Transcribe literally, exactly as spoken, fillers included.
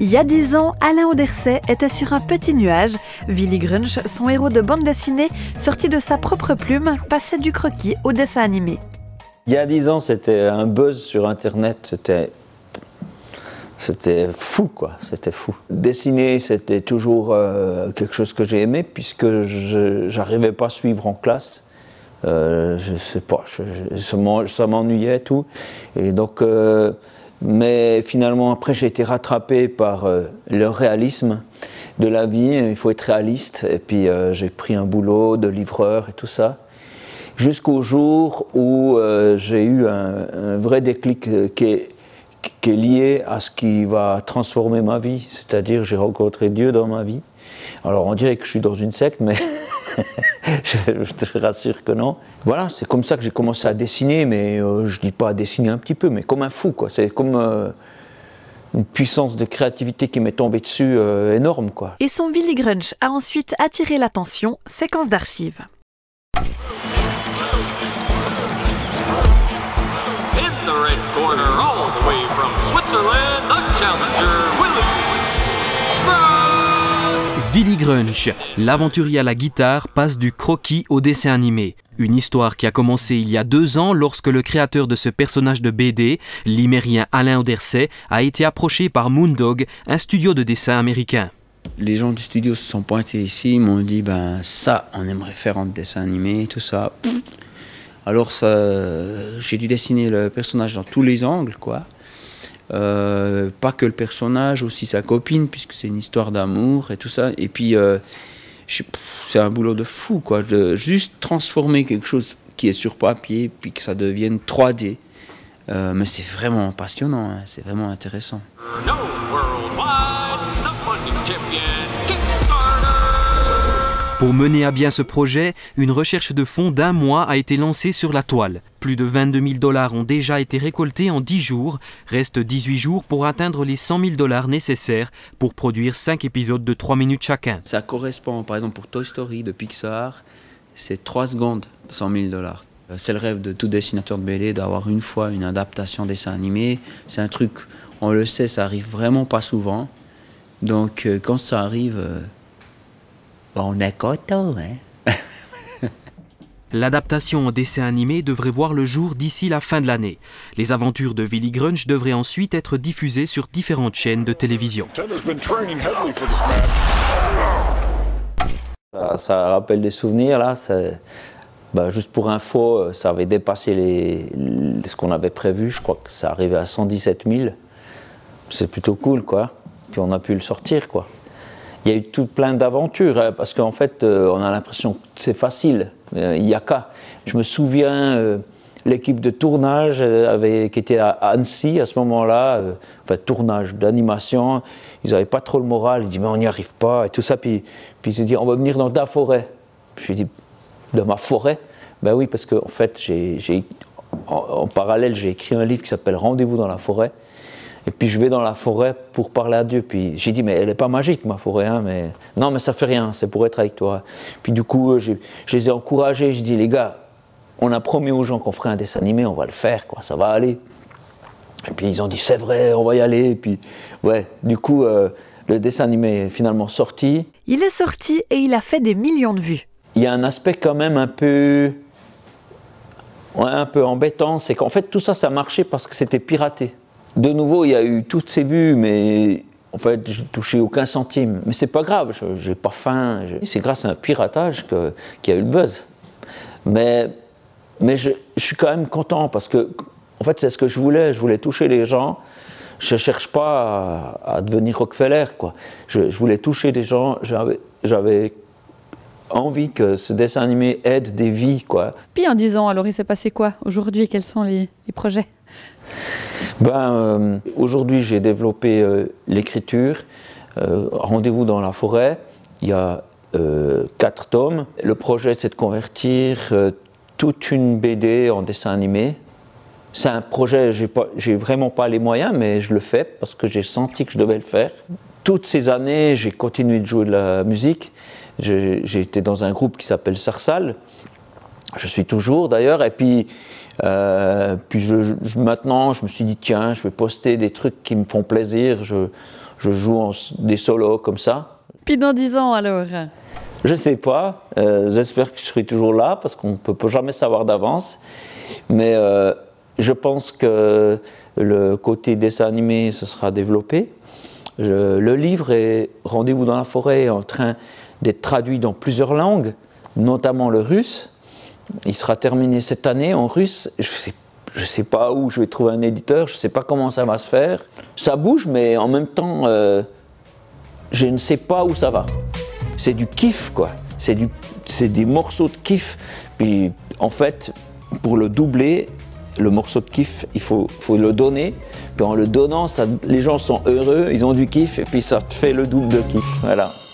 Il y a dix ans, Alain Auderset était sur un petit nuage. Willy Grunsch, son héros de bande dessinée, sorti de sa propre plume, passait du croquis au dessin animé. Il y a dix ans, c'était un buzz sur Internet, c'était, c'était fou, quoi, c'était fou. Dessiner, c'était toujours euh, quelque chose que j'ai aimé, puisque je n'arrivais pas à suivre en classe. Euh, je sais pas, je, je, ça m'ennuyait, tout. Et donc, euh, mais finalement, après, j'ai été rattrapé par euh, le réalisme de la vie. Il faut être réaliste. Et puis, euh, j'ai pris un boulot de livreur et tout ça. Jusqu'au jour où euh, j'ai eu un, un vrai déclic euh, qui, est, qui est lié à ce qui va transformer ma vie. C'est-à-dire, j'ai rencontré Dieu dans ma vie. Alors, on dirait que je suis dans une secte, mais je, je te rassure que non. Voilà, c'est comme ça que j'ai commencé à dessiner, mais euh, je ne dis pas à dessiner un petit peu, mais comme un fou, quoi. C'est comme euh, une puissance de créativité qui m'est tombée dessus euh, énorme, quoi. Et son Willy Grunsch a ensuite attiré l'attention, séquence d'archives. Corner all the way from Switzerland, the challenger Willy Willy Grunsch, l'aventurier à la guitare, passe du croquis au dessin animé. Une histoire qui a commencé il y a deux ans lorsque le créateur de ce personnage de B D, l'himérien Alain Auderset, a été approché par Moondog, un studio de dessin américain. Les gens du studio se sont pointés ici, ils m'ont dit ben ça, on aimerait faire en dessin animé, tout ça. Alors ça, j'ai dû dessiner le personnage dans tous les angles, quoi. Euh, pas que le personnage, aussi sa copine, puisque c'est une histoire d'amour et tout ça. Et puis, euh, je, pff, c'est un boulot de fou, quoi. De juste transformer quelque chose qui est sur papier, puis que ça devienne trois D. Euh, mais c'est vraiment passionnant, hein, c'est vraiment intéressant. Pour mener à bien ce projet, une recherche de fonds d'un mois a été lancée sur la toile. Plus de vingt-deux mille dollars ont déjà été récoltés en dix jours. Reste dix-huit jours pour atteindre les cent mille dollars nécessaires pour produire cinq épisodes de trois minutes chacun. Ça correspond, par exemple, pour Toy Story de Pixar, c'est trois secondes de cent mille dollars. C'est le rêve de tout dessinateur de B D d'avoir une fois une adaptation dessin animé. C'est un truc, on le sait, ça arrive vraiment pas souvent. Donc euh, quand ça arrive... Euh, on est content, hein. L'adaptation en dessin animé devrait voir le jour d'ici la fin de l'année. Les aventures de Willy Grunsch devraient ensuite être diffusées sur différentes chaînes de télévision. Ça, ça rappelle des souvenirs, là. Bah, juste pour info, ça avait dépassé les, les, ce qu'on avait prévu. Je crois que ça arrivait à cent dix-sept mille. C'est plutôt cool, quoi. Puis on a pu le sortir, quoi. Il y a eu tout plein d'aventures, hein, parce qu'en fait, euh, on a l'impression que c'est facile. Euh, il n'y a qu'à. Je me souviens, euh, l'équipe de tournage avait, qui était à Annecy à ce moment-là, euh, enfin, tournage d'animation, ils n'avaient pas trop le moral. Ils disaient, mais on n'y arrive pas, et tout ça. Puis, puis ils ont dit, on va venir dans ta forêt. Je lui ai dit, dans ma forêt ? Ben oui, parce qu'en fait, j'ai, j'ai, en, en parallèle, j'ai écrit un livre qui s'appelle Rendez-vous dans la forêt. Et puis je vais dans la forêt pour parler à Dieu. Puis j'ai dit, mais elle n'est pas magique, ma forêt. Hein, mais... Non, mais ça fait rien, c'est pour être avec toi. Puis du coup, je, je les ai encouragés. J'ai dit, les gars, on a promis aux gens qu'on ferait un dessin animé, on va le faire, quoi, ça va aller. Et puis ils ont dit, c'est vrai, on va y aller. Et puis, ouais, du coup, euh, le dessin animé est finalement sorti. Il est sorti et il a fait des millions de vues. Il y a un aspect quand même un peu, ouais, un peu embêtant, c'est qu'en fait, tout ça, ça marchait parce que c'était piraté. De nouveau, il y a eu toutes ces vues, mais en fait, je n'ai touché aucun centime. Mais c'est pas grave, je n'ai pas faim. Je... C'est grâce à un piratage que, qu'il y a eu le buzz. Mais, mais je, je suis quand même content parce que, en fait, c'est ce que je voulais. Je voulais toucher les gens. Je ne cherche pas à, à devenir Rockefeller, quoi. Je, je voulais toucher des gens. J'avais, j'avais envie que ce dessin animé aide des vies, quoi. Puis en dix ans, alors il s'est passé quoi aujourd'hui? Quels sont les, les projets? Ben, euh, aujourd'hui, j'ai développé euh, l'écriture. Euh, Rendez-vous dans la forêt. Il y a euh, quatre tomes. Le projet, c'est de convertir euh, toute une B D en dessin animé. C'est un projet, j'ai pas, j'ai vraiment pas les moyens, mais je le fais parce que j'ai senti que je devais le faire. Toutes ces années, j'ai continué de jouer de la musique. J'ai, j'ai été dans un groupe qui s'appelle Sarsal. Je suis toujours d'ailleurs. Et puis, euh, puis je, je, maintenant, je me suis dit, tiens, je vais poster des trucs qui me font plaisir. Je, je joue en, des solos comme ça. Puis dans dix ans alors? Je ne sais pas, euh, j'espère que je serai toujours là parce qu'on ne peut pas jamais savoir d'avance. Mais euh, je pense que le côté dessin animé se sera développé. Je, le livre est Rendez-vous dans la forêt est en train d'être traduit dans plusieurs langues, notamment le russe. Il sera terminé cette année en russe. Je sais, je sais pas où je vais trouver un éditeur, je ne sais pas comment ça va se faire. Ça bouge, mais en même temps, euh, je ne sais pas où ça va. C'est du kiff, quoi. C'est, du, c'est des morceaux de kiff. Puis, en fait, pour le doubler, le morceau de kiff, il faut, faut le donner. Puis en le donnant, ça, les gens sont heureux, ils ont du kiff, et puis ça fait le double de kiff. Voilà.